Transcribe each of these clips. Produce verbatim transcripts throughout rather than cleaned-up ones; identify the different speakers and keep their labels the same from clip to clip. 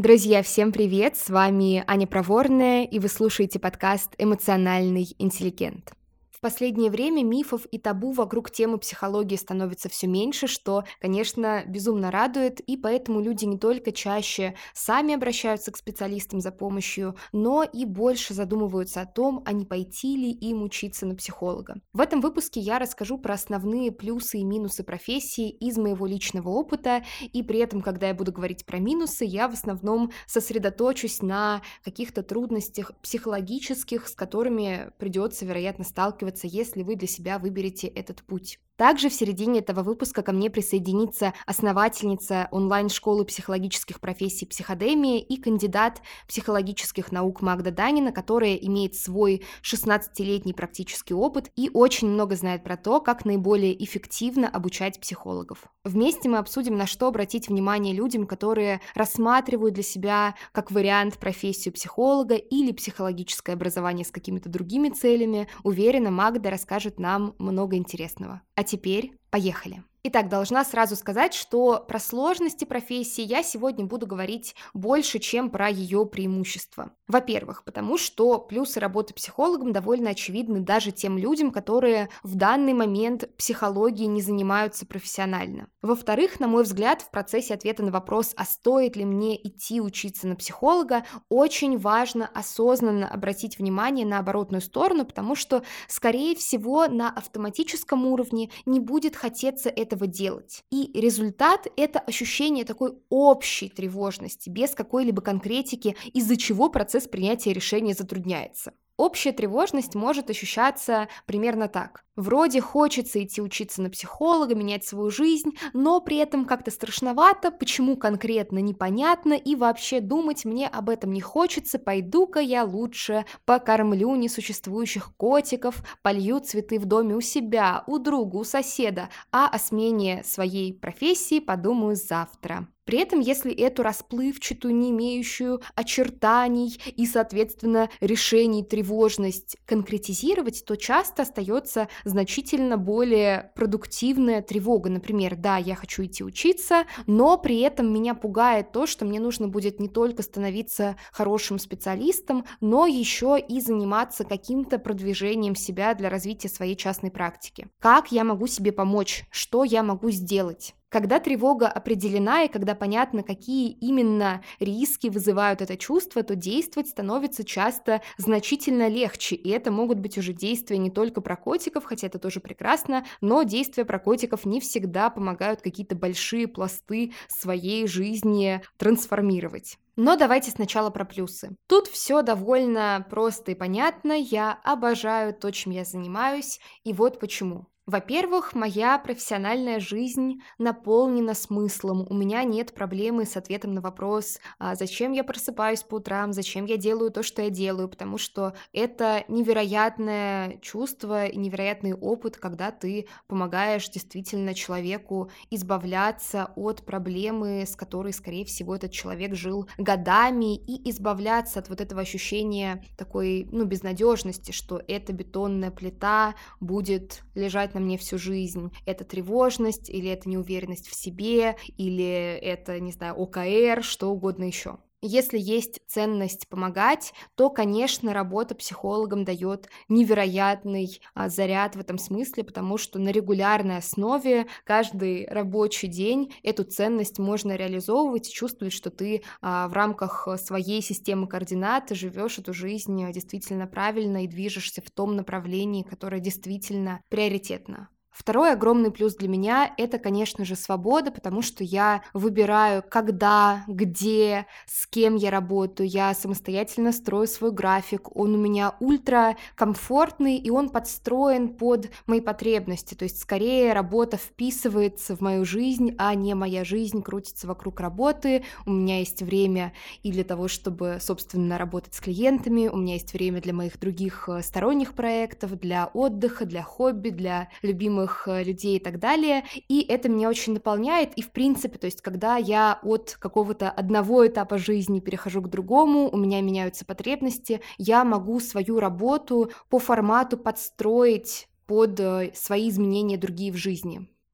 Speaker 1: Друзья, всем привет! С вами Аня Проворная, и вы слушаете подкаст «Эмоциональный интеллигент». В последнее время мифов и табу вокруг темы психологии становится все меньше, что, конечно, безумно радует, и поэтому люди не только чаще сами обращаются к специалистам за помощью, но и больше задумываются о том, а не пойти ли им учиться на психолога. В этом выпуске я расскажу про основные плюсы и минусы профессии из моего личного опыта, и при этом, когда я буду говорить про минусы, я в основном сосредоточусь на каких-то трудностях психологических, с которыми придется, вероятно, сталкиваться, если вы для себя выберете этот путь. Также в середине этого выпуска ко мне присоединится основательница онлайн-школы психологических профессий «Психодемия» и кандидат психологических наук Магда Данина, которая имеет свой шестнадцатилетний практический опыт и очень много знает про то, как наиболее эффективно обучать психологов. Вместе мы обсудим, на что обратить внимание людям, которые рассматривают для себя как вариант профессию психолога или психологическое образование с какими-то другими целями. Уверена, Магда расскажет нам много интересного. А теперь поехали! Итак, должна сразу сказать, что про сложности профессии я сегодня буду говорить больше, чем про ее преимущества. Во-первых, потому что плюсы работы психологом довольно очевидны даже тем людям, которые в данный момент психологией не занимаются профессионально. Во-вторых, на мой взгляд, в процессе ответа на вопрос, а стоит ли мне идти учиться на психолога, очень важно осознанно обратить внимание на оборотную сторону, потому что, скорее всего, на автоматическом уровне не будет хотеться это делать. И результат — это ощущение такой общей тревожности, без какой-либо конкретики, из-за чего процесс принятия решения затрудняется. Общая тревожность может ощущаться примерно так. Вроде хочется идти учиться на психолога, менять свою жизнь, но при этом как-то страшновато, почему конкретно непонятно, и вообще думать мне об этом не хочется, пойду-ка я лучше покормлю несуществующих котиков, полью цветы в доме у себя, у друга, у соседа, а о смене своей профессии подумаю завтра. При этом, если эту расплывчатую, не имеющую очертаний и, соответственно, решений тревожность конкретизировать, то часто остается значительно более продуктивная тревога. Например, да, я хочу идти учиться, но при этом меня пугает то, что мне нужно будет не только становиться хорошим специалистом, но еще и заниматься каким-то продвижением себя для развития своей частной практики. Как я могу себе помочь? Что я могу сделать? Когда тревога определена и когда понятно, какие именно риски вызывают это чувство, то действовать становится часто значительно легче. И это могут быть уже действия не только про котиков, хотя это тоже прекрасно, но действия про котиков не всегда помогают какие-то большие пласты своей жизни трансформировать. Но давайте сначала про плюсы. Тут все довольно просто и понятно. Я обожаю то, чем я занимаюсь, и вот почему. Во-первых, моя профессиональная жизнь наполнена смыслом. У меня нет проблемы с ответом на вопрос, а зачем я просыпаюсь по утрам, зачем я делаю то, что я делаю, потому что это невероятное чувство и невероятный опыт, когда ты помогаешь действительно человеку избавляться от проблемы, с которой, скорее всего, этот человек жил годами, и избавляться от вот этого ощущения такой, ну, безнадежности, что эта бетонная плита будет лежать на мне всю жизнь. Это тревожность, или это неуверенность в себе, или это, не знаю, о ка эр, что угодно еще. Если есть ценность помогать, то, конечно, работа психологом дает невероятный а, заряд в этом смысле, потому что на регулярной основе каждый рабочий день эту ценность можно реализовывать и чувствовать, что ты а, в рамках своей системы координат живешь эту жизнь действительно правильно и движешься в том направлении, которое действительно приоритетно. Второй огромный плюс для меня — это, конечно же, свобода, потому что я выбираю, когда, где, с кем я работаю, я самостоятельно строю свой график, он у меня ультракомфортный, и он подстроен под мои потребности, то есть скорее работа вписывается в мою жизнь, а не моя жизнь крутится вокруг работы, у меня есть время и для того, чтобы, собственно, работать с клиентами, у меня есть время для моих других сторонних проектов, для отдыха, для хобби, для любимых людей и так далее, и это меня очень наполняет, и в принципе, то есть когда я от какого-то одного этапа жизни перехожу к другому, у меня меняются потребности, я могу свою работу по формату подстроить под свои изменения другие в жизни.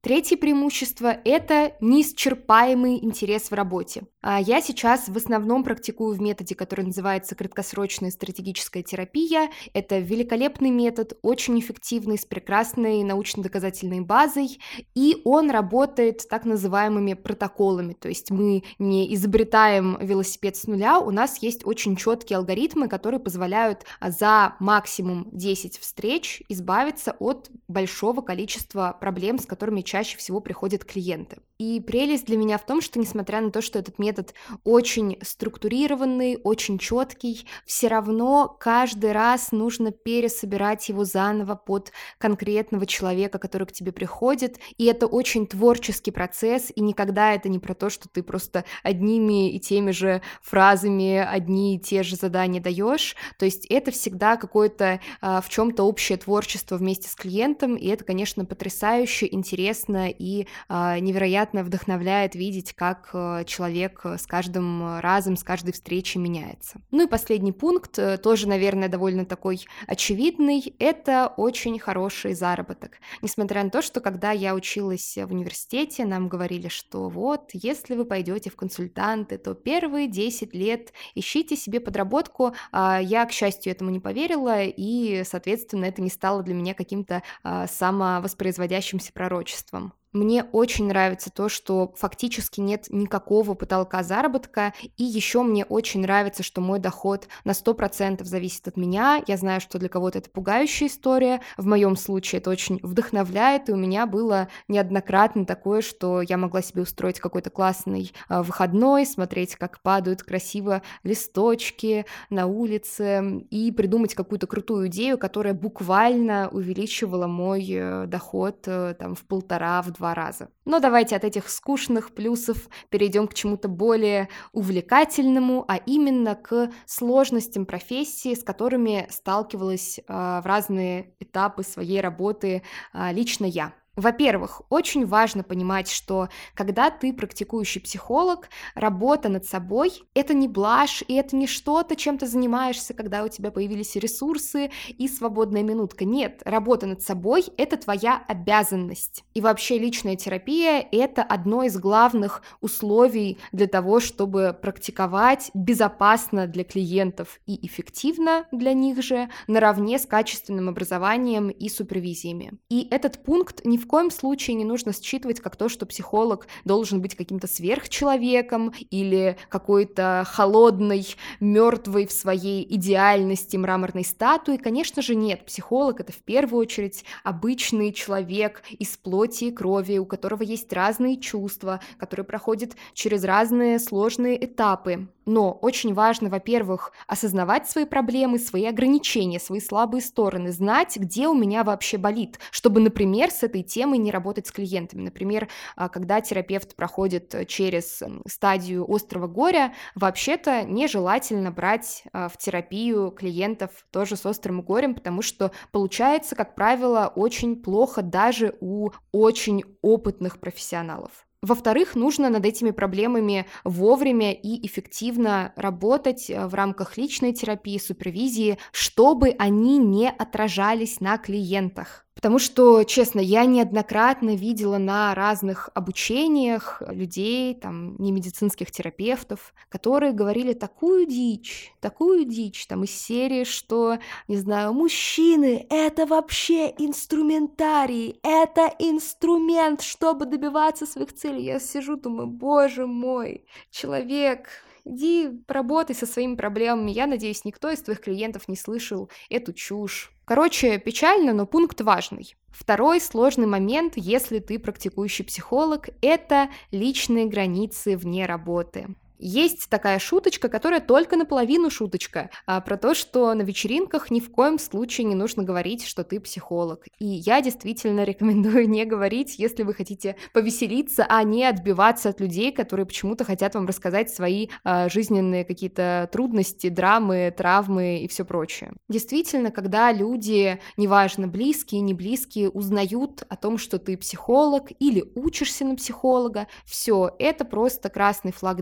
Speaker 1: Третье преимущество– это неисчерпаемый интерес в работе. А Я сейчас в основном практикую в методе, который называется краткосрочная стратегическая терапия. Это великолепный метод, очень эффективный, с прекрасной научно-доказательной базой, и он работает так называемыми протоколами, то есть мы не изобретаем велосипед с нуля, у нас есть очень четкие алгоритмы, которые позволяют за максимум десять встреч избавиться от большого количества проблем, с которыми чаще всего приходят клиенты. И прелесть для меня в том, что несмотря на то, что этот метод очень структурированный, очень четкий, все равно каждый раз нужно пересобирать его заново под конкретного человека, который к тебе приходит, и это очень творческий процесс, и никогда это не про то, что ты просто одними и теми же фразами одни и те же задания даешь, то есть это всегда какое-то а, в чем-то общее творчество вместе с клиентом, и это, конечно, потрясающе, интересно и а, невероятно вдохновляет видеть, как а, человек с каждым разом, с каждой встречей меняется. Ну и последний пункт, тоже, наверное, довольно такой очевидный, это очень хороший заработок. Несмотря на то, что когда я училась в университете, нам говорили, что вот, если вы пойдете в консультанты, то первые десять лет ищите себе подработку. А, Я, к счастью, этому не поверила, и, соответственно, это не стало для меня каким-то а, самовоспроизводящимся пророчеством. Мне очень нравится то, что фактически нет никакого потолка заработка, и еще мне очень нравится, что мой доход на сто процентов зависит от меня. Я знаю, что для кого-то это пугающая история, в моем случае это очень вдохновляет, и у меня было неоднократно такое, что я могла себе устроить какой-то классный э, выходной, смотреть, как падают красиво листочки на улице, и придумать какую-то крутую идею, которая буквально увеличивала мой э, доход э, там, в полтора, в два раза. Но давайте от этих скучных плюсов перейдем к чему-то более увлекательному, а именно к сложностям профессии, с которыми сталкивалась э, в разные этапы своей работы э, лично я. Во-первых, очень важно понимать, что когда ты практикующий психолог, работа над собой– это не блажь, и это не что-то, чем ты занимаешься, когда у тебя появились ресурсы и свободная минутка. Нет, работа над собой– это твоя обязанность. И вообще личная терапия– это одно из главных условий для того, чтобы практиковать безопасно для клиентов и эффективно для них же, наравне с качественным образованием и супервизиями. И этот пункт не в коем случае не нужно считывать как то, что психолог должен быть каким-то сверхчеловеком или какой-то холодной, мертвой в своей идеальности мраморной статуей. Конечно же, нет. Психолог — это в первую очередь обычный человек из плоти и крови, у которого есть разные чувства, который проходит через разные сложные этапы. Но очень важно, во-первых, осознавать свои проблемы, свои ограничения, свои слабые стороны, знать, где у меня вообще болит, чтобы, например, с этой темой не работать с клиентами. Например, когда терапевт проходит через стадию острого горя, вообще-то нежелательно брать в терапию клиентов тоже с острым горем, потому что получается, как правило, очень плохо даже у очень опытных профессионалов. Во-вторых, нужно над этими проблемами вовремя и эффективно работать в рамках личной терапии, супервизии, чтобы они не отражались на клиентах. Потому что, честно, я неоднократно видела на разных обучениях людей, там, немедицинских терапевтов, которые говорили такую дичь, такую дичь, там, из серии, что, не знаю, мужчины — это вообще инструментарий, это инструмент, чтобы добиваться своих целей. Я сижу, думаю, боже мой, человек... Иди поработай со своими проблемами. Я надеюсь, никто из твоих клиентов не слышал эту чушь. Короче, печально, но пункт важный. Второй сложный момент, если ты практикующий психолог, это личные границы вне работы. Есть такая шуточка, которая только наполовину шуточка, а, про то, что на вечеринках ни в коем случае не нужно говорить, что ты психолог. И я действительно рекомендую не говорить, если вы хотите повеселиться, а не отбиваться от людей, которые почему-то хотят вам рассказать свои а, жизненные какие-то трудности, драмы, травмы и все прочее. Действительно, когда люди, неважно, близкие, не близкие, узнают о том, что ты психолог или учишься на психолога, все, это просто красный флаг для быка,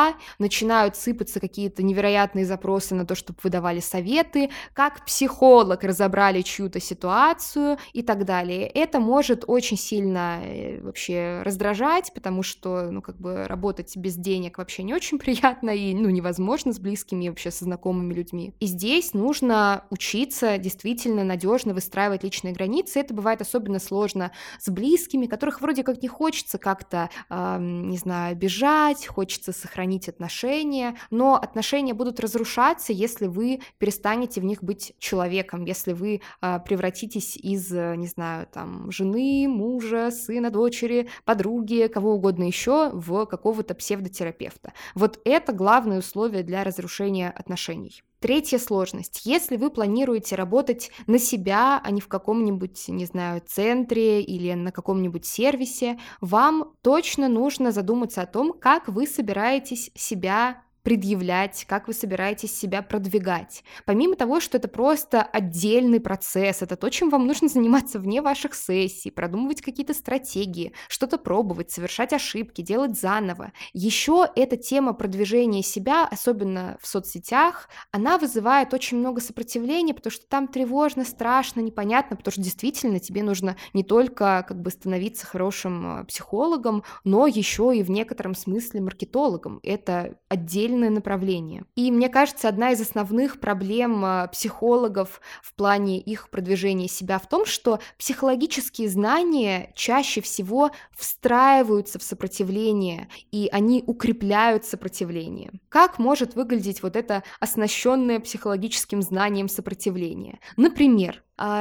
Speaker 1: себя, начинают сыпаться какие-то невероятные запросы на то, чтобы вы давали советы, как психолог разобрали чью-то ситуацию и так далее. Это может очень сильно э, вообще раздражать, потому что, ну, как бы работать без денег вообще не очень приятно и, ну, невозможно с близкими и вообще со знакомыми людьми. И здесь нужно учиться действительно надежно выстраивать личные границы. Это бывает особенно сложно с близкими, которых вроде как не хочется как-то, э, не знаю, бежать, хочется сохранить отношения, но отношения будут разрушаться, если вы перестанете в них быть человеком, если вы э, превратитесь из, не знаю, там, жены, мужа, сына, дочери, подруги, кого угодно еще в какого-то псевдотерапевта. Вот это главное условие для разрушения отношений. Третья сложность. Если вы планируете работать на себя, а не в каком-нибудь, не знаю, центре или на каком-нибудь сервисе, вам точно нужно задуматься о том, как вы собираетесь себя предъявлять, как вы собираетесь себя продвигать. Помимо того, что это просто отдельный процесс, это то, чем вам нужно заниматься вне ваших сессий, продумывать какие-то стратегии, что-то пробовать, совершать ошибки, делать заново. Еще эта тема продвижения себя, особенно в соцсетях, она вызывает очень много сопротивления, потому что там тревожно, страшно, непонятно, потому что действительно тебе нужно не только как бы становиться хорошим психологом, но еще и в некотором смысле маркетологом. Это отдельно направление. И мне кажется, одна из основных проблем психологов в плане их продвижения себя в том, что психологические знания чаще всего встраиваются в сопротивление, и они укрепляют сопротивление. Как может выглядеть вот это оснащенное психологическим знанием сопротивление? Например,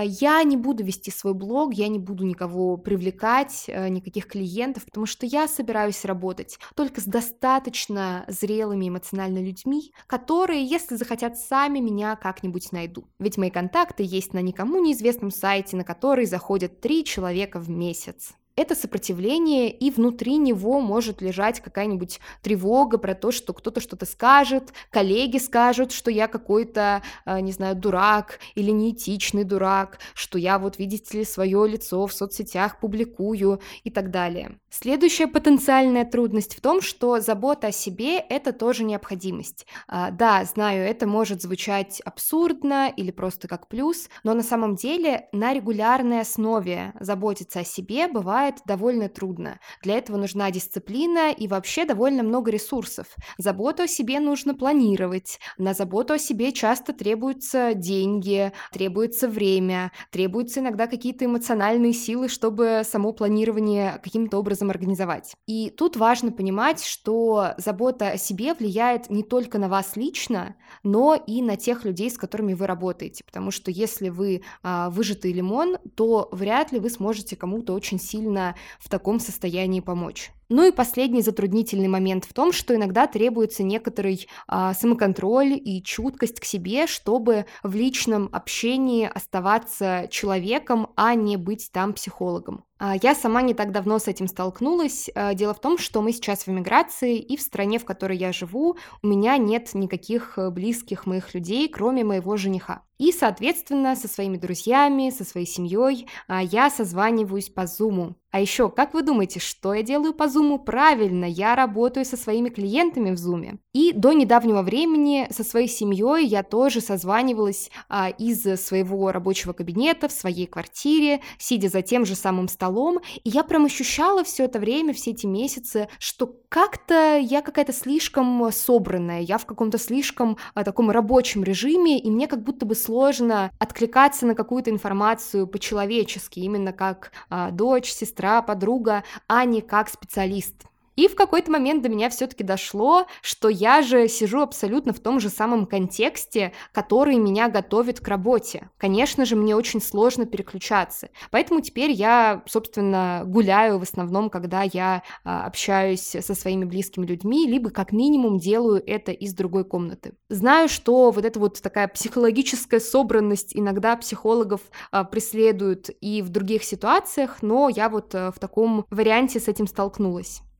Speaker 1: я не буду вести свой блог, я не буду никого привлекать, никаких клиентов, потому что я собираюсь работать только с достаточно зрелыми эмоционально людьми, которые, если захотят, сами меня как-нибудь найдут. Ведь мои контакты есть на никому неизвестном сайте, на который заходят три человека в месяц. Это сопротивление, и внутри него может лежать какая-нибудь тревога про то, что кто-то что-то скажет, коллеги скажут, что я какой-то, не знаю, дурак или неэтичный дурак, что я вот, видите ли, свое лицо в соцсетях публикую и так далее. Следующая потенциальная трудность в том, что забота о себе – это тоже необходимость. Да, знаю, это может звучать абсурдно или просто как плюс, но на самом деле на регулярной основе заботиться о себе бывает довольно трудно. Для этого нужна дисциплина и вообще довольно много ресурсов. Заботу о себе нужно планировать. На заботу о себе часто требуются деньги, требуется время, требуются иногда какие-то эмоциональные силы, чтобы само планирование каким-то образом организовать. И тут важно понимать, что забота о себе влияет не только на вас лично, но и на тех людей, с которыми вы работаете. Потому что если вы а, выжатый лимон, то вряд ли вы сможете кому-то очень сильно в таком состоянии помочь. Ну и последний затруднительный момент в том, что иногда требуется некоторый а, самоконтроль и чуткость к себе, чтобы в личном общении оставаться человеком, а не быть там психологом. А, я сама не так давно с этим столкнулась. А, дело в том, что мы сейчас в эмиграции, и в стране, в которой я живу, у меня нет никаких близких моих людей, кроме моего жениха. И, соответственно, со своими друзьями, со своей семьей а, я созваниваюсь по Zoom. А еще, как вы думаете, что я делаю по Zoom? Правильно, я работаю со своими клиентами в Zoom. И до недавнего времени со своей семьей я тоже созванивалась а, из своего рабочего кабинета в своей квартире, сидя за тем же самым столом. И я прям ощущала все это время, все эти месяцы, что как-то я какая-то слишком собранная, я в каком-то слишком а, таком рабочем режиме, и мне как будто бы сложно откликаться на какую-то информацию по-человечески, именно как а, дочь, сестра, подруга, а не как специалист. И в какой-то момент до меня все-таки дошло, что я же сижу абсолютно в том же самом контексте, который меня готовит к работе. Конечно же, мне очень сложно переключаться. Поэтому теперь я, собственно, гуляю в основном, когда я а, общаюсь со своими близкими людьми, либо как минимум делаю это из другой комнаты. Знаю, что вот эта вот такая психологическая собранность иногда психологов а, преследует и в других ситуациях, но я вот а, в таком варианте с этим столкнулась.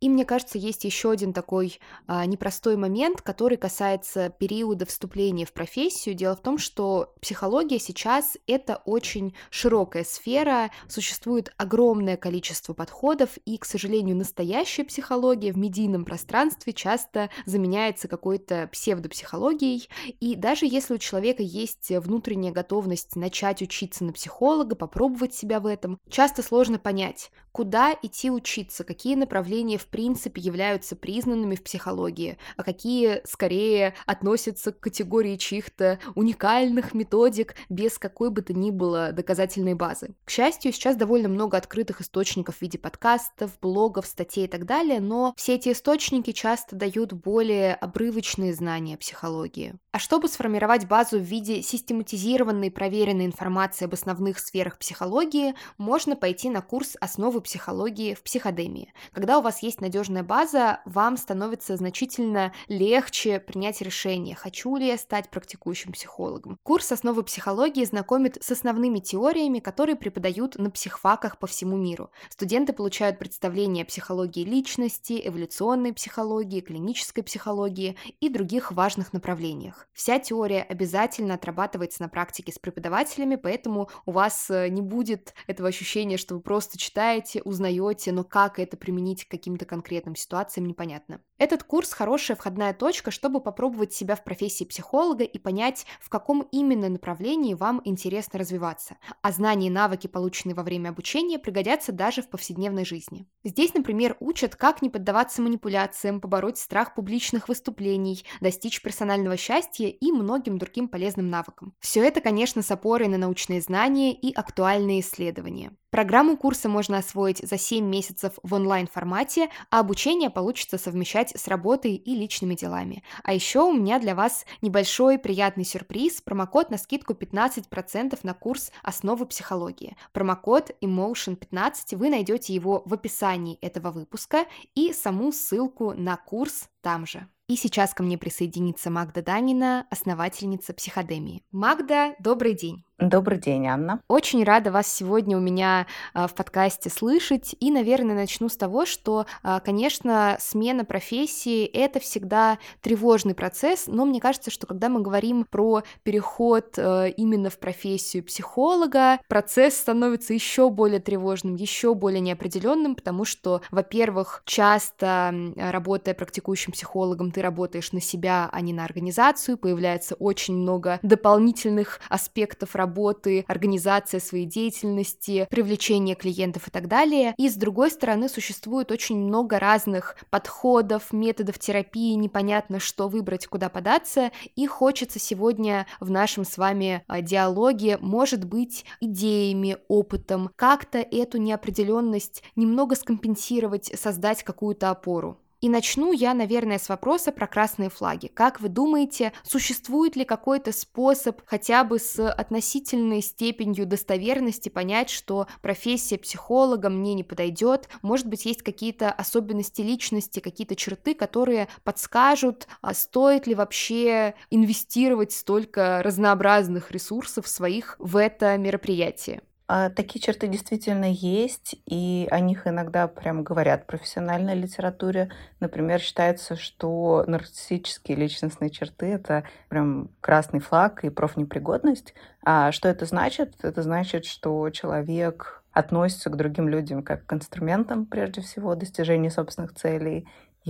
Speaker 1: И мне кажется, есть еще один такой а, непростой момент, который касается периода вступления в профессию. Дело в том, что психология сейчас — это очень широкая сфера, существует огромное количество подходов, и, к сожалению, настоящая психология в медийном пространстве часто заменяется какой-то псевдопсихологией. И даже если у человека есть внутренняя готовность начать учиться на психолога, попробовать себя в этом, часто сложно понять, куда идти учиться, какие направления в принципе являются признанными в психологии, а какие скорее относятся к категории чьих-то уникальных методик без какой бы то ни было доказательной базы. К счастью, сейчас довольно много открытых источников в виде подкастов, блогов, статей и так далее, но все эти источники часто дают более обрывочные знания психологии. А чтобы сформировать базу в виде систематизированной проверенной информации об основных сферах психологии, можно пойти на курс «Основы психологии в психодемии». Когда у вас есть надежная база, вам становится значительно легче принять решение, хочу ли я стать практикующим психологом. Курс «Основы психологии» знакомит с основными теориями, которые преподают на психфаках по всему миру. Студенты получают представление о психологии личности, эволюционной психологии, клинической психологии и других важных направлениях. Вся теория обязательно отрабатывается на практике с преподавателями, поэтому у вас не будет этого ощущения, что вы просто читаете, узнаете, но как это применить к каким-то конкретным ситуациям, непонятно. Этот курс — хорошая входная точка, чтобы попробовать себя в профессии психолога и понять, в каком именно направлении вам интересно развиваться. А знания и навыки, полученные во время обучения, пригодятся даже в повседневной жизни. Здесь, например, учат, как не поддаваться манипуляциям, побороть страх публичных выступлений, достичь персонального счастья и многим другим полезным навыкам. Все это, конечно, с опорой на научные знания и актуальные исследования. Программу курса можно освоить за семь месяцев в онлайн-формате, а обучение получится совмещать с работой и личными делами. А еще у меня для вас небольшой приятный сюрприз – промокод на скидку пятнадцать процентов на курс «Основы психологии». Промокод эмоушен пятнадцать, вы найдете его в описании этого выпуска и саму ссылку на курс там же. И сейчас ко мне присоединится Магда Данина, основательница психодемии. Магда, добрый день!
Speaker 2: Добрый день, Анна.
Speaker 1: Очень рада вас сегодня у меня а, в подкасте слышать. И, наверное, начну с того, что, а, конечно, смена профессии — это всегда тревожный процесс, но мне кажется, что когда мы говорим про переход а, именно в профессию психолога, процесс становится еще более тревожным, еще более неопределенным, потому что, во-первых, часто, работая практикующим психологом, ты работаешь на себя, а не на организацию, появляется очень много дополнительных аспектов работы, работы, организация своей деятельности, привлечение клиентов и так далее. И с другой стороны, существует очень много разных подходов, методов терапии, непонятно, что выбрать, куда податься, и хочется сегодня в нашем с вами диалоге, может быть, идеями, опытом, как-то эту неопределенность немного скомпенсировать, создать какую-то опору. И начну я, наверное, с вопроса про красные флаги. Как вы думаете, существует ли какой-то способ хотя бы с относительной степенью достоверности понять, что профессия психолога мне не подойдет? Может быть, есть какие-то особенности личности, какие-то черты, которые подскажут, а стоит ли вообще инвестировать столько разнообразных ресурсов своих в это мероприятие?
Speaker 2: А, Такие черты действительно есть, и о них иногда прям говорят в профессиональной литературе. Например, считается, что нарциссические личностные черты — это прям красный флаг и профнепригодность. А что это значит? Это значит, что человек относится к другим людям как к инструментам, прежде всего, достижения собственных целей.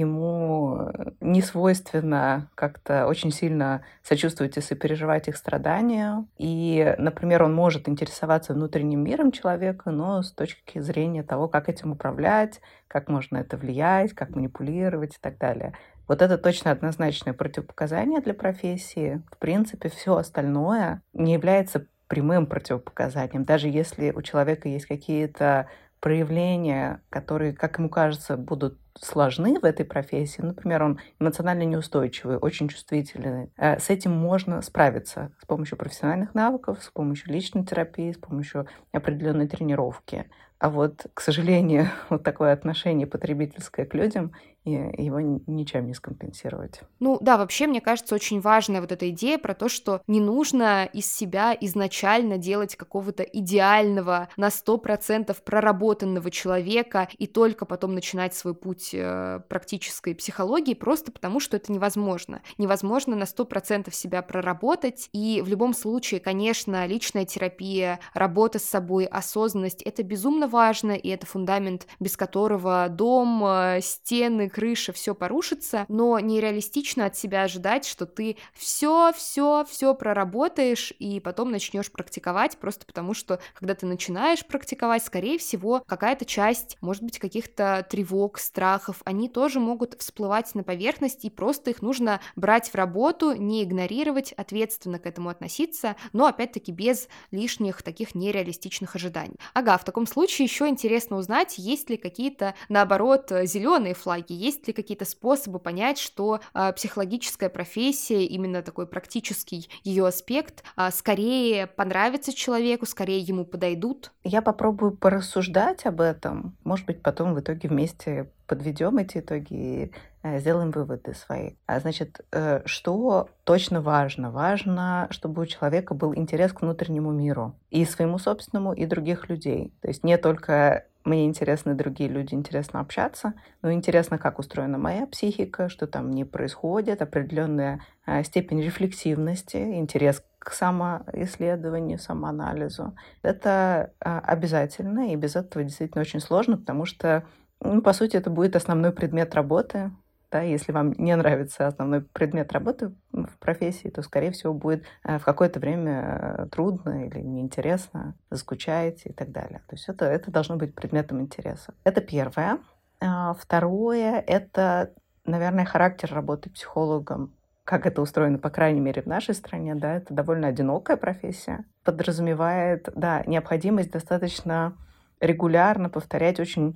Speaker 2: Ему не свойственно как-то очень сильно сочувствовать и сопереживать их страдания. И, например, он может интересоваться внутренним миром человека, но с точки зрения того, как этим управлять, как можно это влиять, как манипулировать и так далее. Вот это точно однозначное противопоказание для профессии. В принципе, все остальное не является прямым противопоказанием. Даже если у человека есть какие-то проявления, которые, как ему кажется, будут сложны в этой профессии, например, он эмоционально неустойчивый, очень чувствительный, с этим можно справиться с помощью профессиональных навыков, с помощью личной терапии, с помощью определенной тренировки. А вот, к сожалению, вот такое отношение потребительское к людям и его н- ничем не скомпенсировать.
Speaker 1: Ну да, вообще, мне кажется, очень важная вот эта идея про то, что не нужно из себя изначально делать какого-то идеального, на сто процентов проработанного человека и только потом начинать свой путь э, практической психологии, просто потому что это невозможно. Невозможно на сто процентов себя проработать, и в любом случае, конечно, личная терапия, работа с собой, осознанность — это безумно важно, и это фундамент, без которого дом, э, стены, крыша, все порушится, но нереалистично от себя ожидать, что ты все, все, все проработаешь и потом начнешь практиковать, просто потому что, когда ты начинаешь практиковать, скорее всего, какая-то часть, может быть, каких-то тревог, страхов, они тоже могут всплывать на поверхность, и просто их нужно брать в работу, не игнорировать, ответственно к этому относиться, но, опять-таки, без лишних таких нереалистичных ожиданий. Ага, в таком случае еще интересно узнать, есть ли какие-то, наоборот, зеленые флаги, есть ли какие-то способы понять, что э, психологическая профессия, именно такой практический ее аспект, э, скорее понравится человеку, скорее ему подойдут.
Speaker 2: Я попробую порассуждать об этом. Может быть, потом в итоге вместе подведем эти итоги и э, сделаем выводы свои. А значит, э, что точно важно? Важно, чтобы у человека был интерес к внутреннему миру. И своему собственному, и других людей. То есть не только мне интересны другие люди, интересно общаться, но интересно, как устроена моя психика, что там не происходит, определенная э, степень рефлексивности, интерес к самоисследованию, самоанализу. Это а, обязательно, и без этого действительно очень сложно, потому что, ну, по сути, это будет основной предмет работы. Да, если вам не нравится основной предмет работы в профессии, то, скорее всего, будет э, в какое-то время э, трудно или неинтересно, заскучаете и так далее. То есть это, это должно быть предметом интереса. Это первое. А, Второе — это, наверное, характер работы психологом. Как это устроено, по крайней мере, в нашей стране, да, это довольно одинокая профессия. Подразумевает, да, необходимость достаточно регулярно повторять очень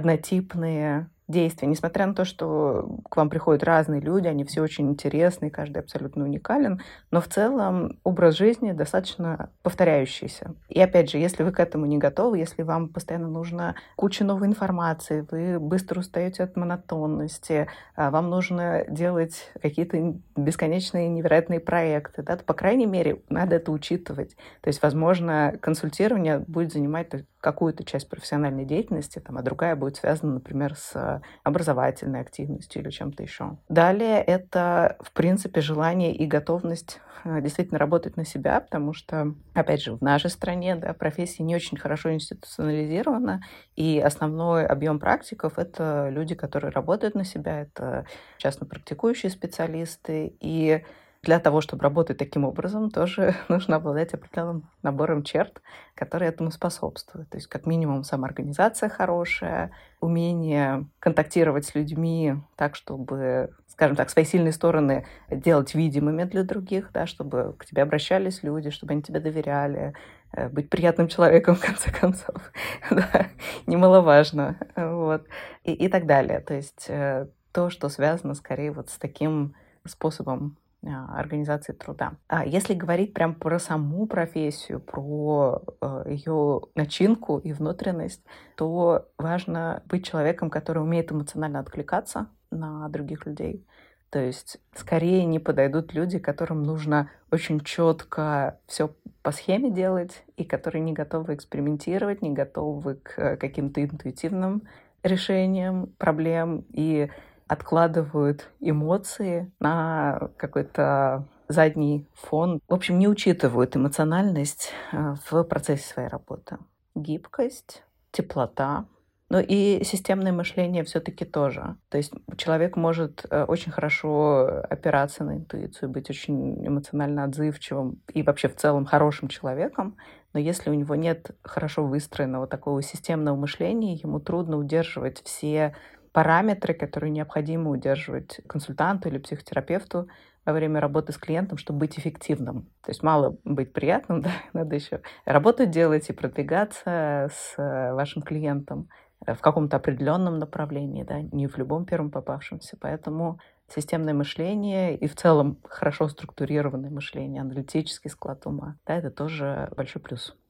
Speaker 2: однотипные действия. Несмотря на то, что к вам приходят разные люди, они все очень интересные, каждый абсолютно уникален, но в целом образ жизни достаточно повторяющийся. И опять же, если вы к этому не готовы, если вам постоянно нужна куча новой информации, вы быстро устаете от монотонности, а вам нужно делать какие-то бесконечные невероятные проекты, да, то, по крайней мере, надо это учитывать. То есть, возможно, консультирование будет занимать какую-то часть профессиональной деятельности, там, а другая будет связана, например, с образовательной активностью или чем-то еще. Далее это, в принципе, желание и готовность э, действительно работать на себя, потому что, опять же, в нашей стране, да, профессия не очень хорошо институционализирована, и основной объем практиков — это люди, которые работают на себя, это частно практикующие специалисты, и для того, чтобы работать таким образом, тоже нужно обладать определенным набором черт, которые этому способствуют. То есть, как минимум, самоорганизация хорошая, умение контактировать с людьми так, чтобы, скажем так, свои сильные стороны делать видимыми для других, да, чтобы к тебе обращались люди, чтобы они тебе доверяли, э, быть приятным человеком, в конце концов. Да, немаловажно. Вот. И, и так далее. То есть э, то, что связано скорее вот с таким способом а, организации труда. А если говорить прям про саму профессию, про э, ее начинку и внутренность, то важно быть человеком, который умеет эмоционально откликаться на других людей. То есть скорее не подойдут люди, которым нужно очень четко все по схеме делать, и которые не готовы экспериментировать, не готовы к э, каким-то интуитивным решениям проблем и откладывают эмоции на какой-то задний фон. В общем, не учитывают эмоциональность э, в процессе своей работы. Гибкость, теплота, ну и системное мышление все-таки тоже. То есть человек может э, очень хорошо опираться на интуицию, быть очень эмоционально отзывчивым и вообще в целом хорошим человеком, но если у него нет хорошо выстроенного такого системного мышления, ему трудно удерживать все параметры, которые необходимо удерживать консультанту или психотерапевту во время работы с клиентом, чтобы быть эффективным. То есть мало быть приятным, да, надо еще работу делать и продвигаться с вашим клиентом в каком-то определенном направлении, да, не в любом первом попавшемся. Поэтому системное мышление и в целом хорошо структурированное мышление, аналитический склад ума, да, это тоже большой плюс.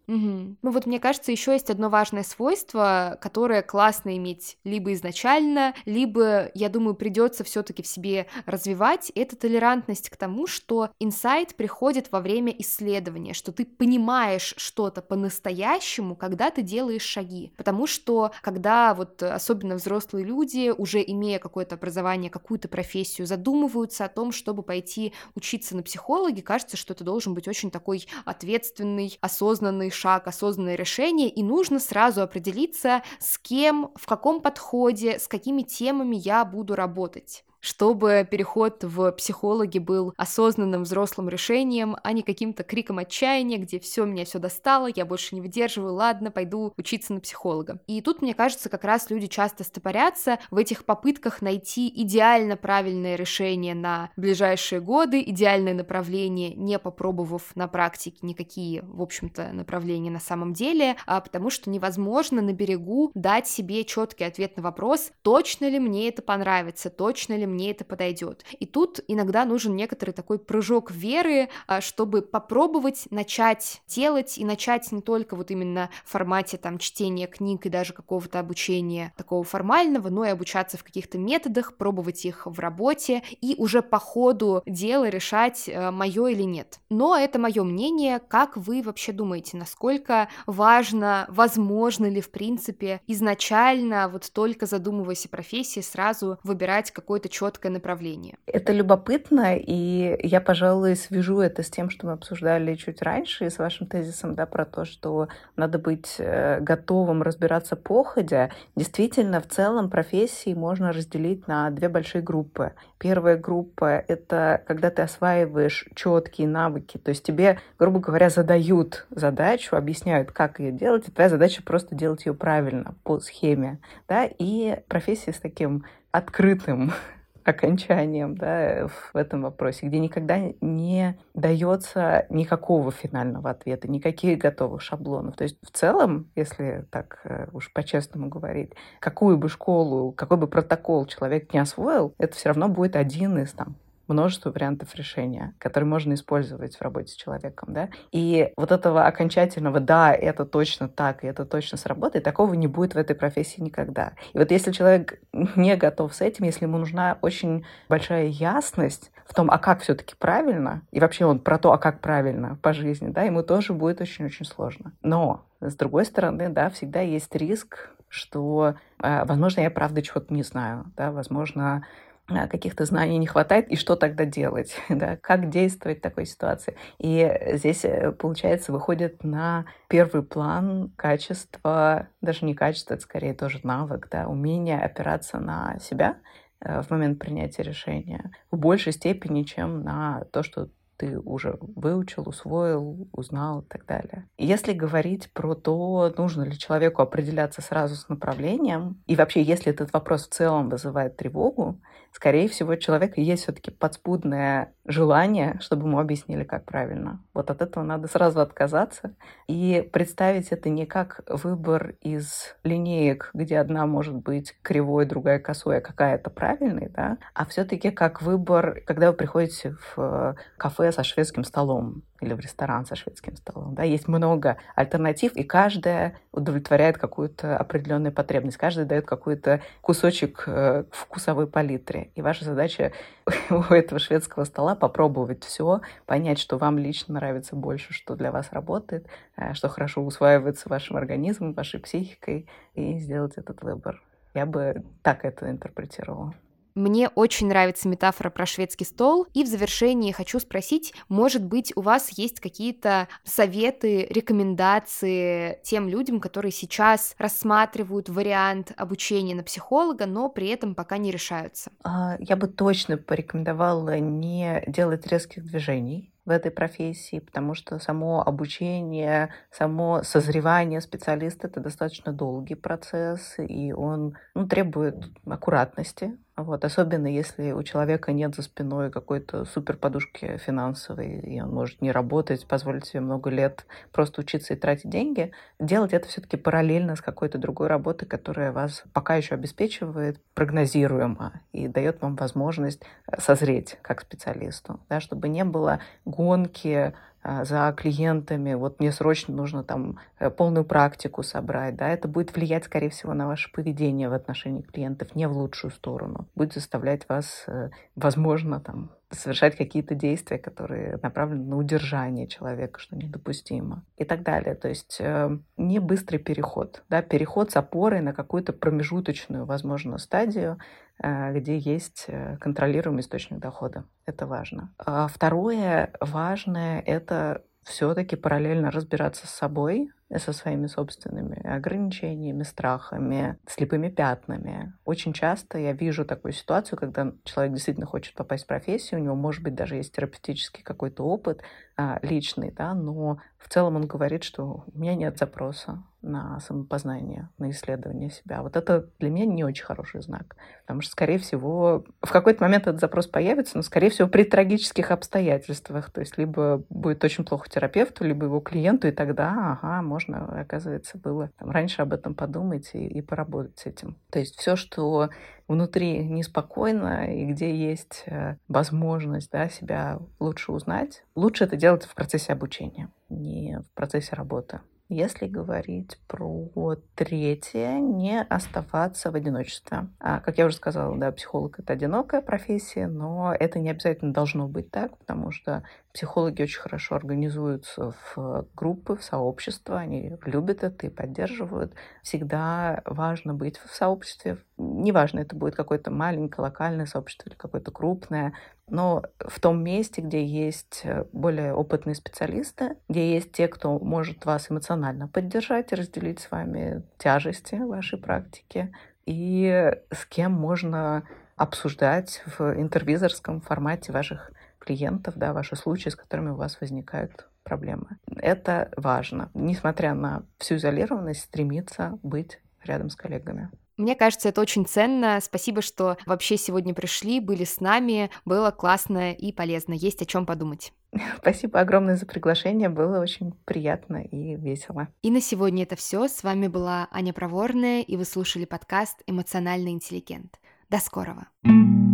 Speaker 1: Мгм. Ну вот мне кажется, еще есть одно важное свойство, которое классно иметь либо изначально, либо, я думаю, придется все-таки в себе развивать. Это толерантность к тому, что инсайт приходит во время исследования, что ты понимаешь что-то по-настоящему, когда ты делаешь шаги. Потому что когда вот особенно взрослые люди, уже имея какое-то образование, какую-то профессию, задумываются о том, чтобы пойти учиться на психологи, кажется, что это должен быть очень такой ответственный, осознанный шаг, осознанное решение, и нужно сразу определиться, с кем, в каком подходе, с какими темами я буду работать, чтобы переход в психологи был осознанным взрослым решением, а не каким-то криком отчаяния, где все, меня все достало, я больше не выдерживаю, ладно, пойду учиться на психолога. И тут, мне кажется, как раз люди часто стопорятся в этих попытках найти идеально правильное решение на ближайшие годы, идеальное направление, не попробовав на практике никакие, в общем-то, направления на самом деле, а потому что невозможно на берегу дать себе четкий ответ на вопрос, точно ли мне это понравится, точно ли мне это подойдет. И тут иногда нужен некоторый такой прыжок веры, чтобы попробовать начать делать и начать не только вот именно в формате там чтения книг и даже какого-то обучения такого формального, но и обучаться в каких-то методах, пробовать их в работе и уже по ходу дела решать, мое или нет. Но это мое мнение. Как вы вообще думаете, насколько важно, возможно ли в принципе изначально, вот только задумываясь о профессии, сразу выбирать какой-то четкое направление?
Speaker 2: Это любопытно, и я, пожалуй, свяжу это с тем, что мы обсуждали чуть раньше, и с вашим тезисом, да, про то, что надо быть готовым разбираться походя. Действительно, в целом профессии можно разделить на две большие группы. Первая группа — это когда ты осваиваешь четкие навыки, то есть тебе, грубо говоря, задают задачу, объясняют, как ее делать, и твоя задача просто делать ее правильно, по схеме, да, и профессия с таким открытым окончанием, да, в этом вопросе, где никогда не дается никакого финального ответа, никаких готовых шаблонов. То есть в целом, если так уж по-честному говорить, какую бы школу, какой бы протокол человек не освоил, это все равно будет один из там множество вариантов решения, которые можно использовать в работе с человеком, да. И вот этого окончательного «да, это точно так, и это точно сработает», такого не будет в этой профессии никогда. И вот если человек не готов с этим, если ему нужна очень большая ясность в том, а как все-таки правильно, и вообще он про то, а как правильно по жизни, да, ему тоже будет очень-очень сложно. Но, с другой стороны, да, всегда есть риск, что, возможно, я правда чего-то не знаю, да, возможно, каких-то знаний не хватает, и что тогда делать, да, как действовать в такой ситуации. И здесь, получается, выходит на первый план качество, даже не качество, это скорее тоже навык, да, умение опираться на себя в момент принятия решения в большей степени, чем на то, что ты уже выучил, усвоил, узнал и так далее. И если говорить про то, нужно ли человеку определяться сразу с направлением, и вообще, если этот вопрос в целом вызывает тревогу, скорее всего, у человека есть все-таки подспудное желание, чтобы ему объяснили, как правильно. Вот от этого надо сразу отказаться и представить это не как выбор из линеек, где одна может быть кривой, другая косой, а какая-то правильной, да, а все-таки как выбор, когда вы приходите в кафе со шведским столом или в ресторан со шведским столом. Да, есть много альтернатив, и каждая удовлетворяет какую-то определенную потребность, каждая дает какой-то кусочек э, вкусовой палитры. И ваша задача у этого шведского стола попробовать все, понять, что вам лично нравится больше, что для вас работает, э, что хорошо усваивается вашим организмом, вашей психикой, и сделать этот выбор. Я бы так это интерпретировала.
Speaker 1: Мне очень нравится метафора про шведский стол. И в завершении хочу спросить, может быть, у вас есть какие-то советы, рекомендации тем людям, которые сейчас рассматривают вариант обучения на психолога, но при этом пока не решаются?
Speaker 2: Я бы точно порекомендовала не делать резких движений в этой профессии, потому что само обучение, само созревание специалиста — это достаточно долгий процесс, и он, ну, требует аккуратности. Вот, особенно если у человека нет за спиной какой-то суперподушки финансовой, и он может не работать, позволить себе много лет просто учиться и тратить деньги, делать это все-таки параллельно с какой-то другой работой, которая вас пока еще обеспечивает прогнозируемо и дает вам возможность созреть как специалисту, да, чтобы не было гонки а, за клиентами, вот мне срочно нужно там э, полную практику собрать, да, это будет влиять, скорее всего, на ваше поведение в отношении клиентов не в лучшую сторону, будет заставлять вас, э, возможно, там совершать какие-то действия, которые направлены на удержание человека, что недопустимо, и так далее. То есть э, не быстрый переход, да, переход с опорой на какую-то промежуточную, возможно, стадию, э, где есть э, контролируемый источник дохода. Это важно. А второе важное — это все-таки параллельно разбираться с собой, и со своими собственными ограничениями, страхами, слепыми пятнами. Очень часто я вижу такую ситуацию, когда человек действительно хочет попасть в профессию, у него, может быть, даже есть терапевтический какой-то опыт а, личный, да, но в целом он говорит, что у меня нет запроса на самопознание, на исследование себя. Вот это для меня не очень хороший знак, потому что, скорее всего, в какой-то момент этот запрос появится, но, скорее всего, при трагических обстоятельствах. То есть либо будет очень плохо терапевту, либо его клиенту, и тогда, ага, можно, оказывается, было там, раньше об этом подумать и, и поработать с этим. То есть все, что внутри неспокойно и где есть э, возможность, да, себя лучше узнать, лучше это делать в процессе обучения, не в процессе работы. Если говорить про третье, не оставаться в одиночестве. А, как я уже сказала, да, психолог — это одинокая профессия, но это не обязательно должно быть так, потому что психологи очень хорошо организуются в группы, в сообщества, они любят это и поддерживают. Всегда важно быть в сообществе. Неважно, это будет какое-то маленькое локальное сообщество или какое-то крупное, но в том месте, где есть более опытные специалисты, где есть те, кто может вас эмоционально поддержать и разделить с вами тяжести вашей практики, и с кем можно обсуждать в интервизорском формате ваших клиентов, да, ваши случаи, с которыми у вас возникают проблемы. Это важно. Несмотря на всю изолированность, стремиться быть рядом с коллегами.
Speaker 1: Мне кажется, это очень ценно. Спасибо, что вообще сегодня пришли, были с нами. Было классно и полезно. Есть о чем подумать.
Speaker 2: Спасибо огромное за приглашение. Было очень приятно и весело.
Speaker 1: И на сегодня это все. С вами была Аня Проворная, и вы слушали подкаст «Эмоциональный интеллигент». До скорого.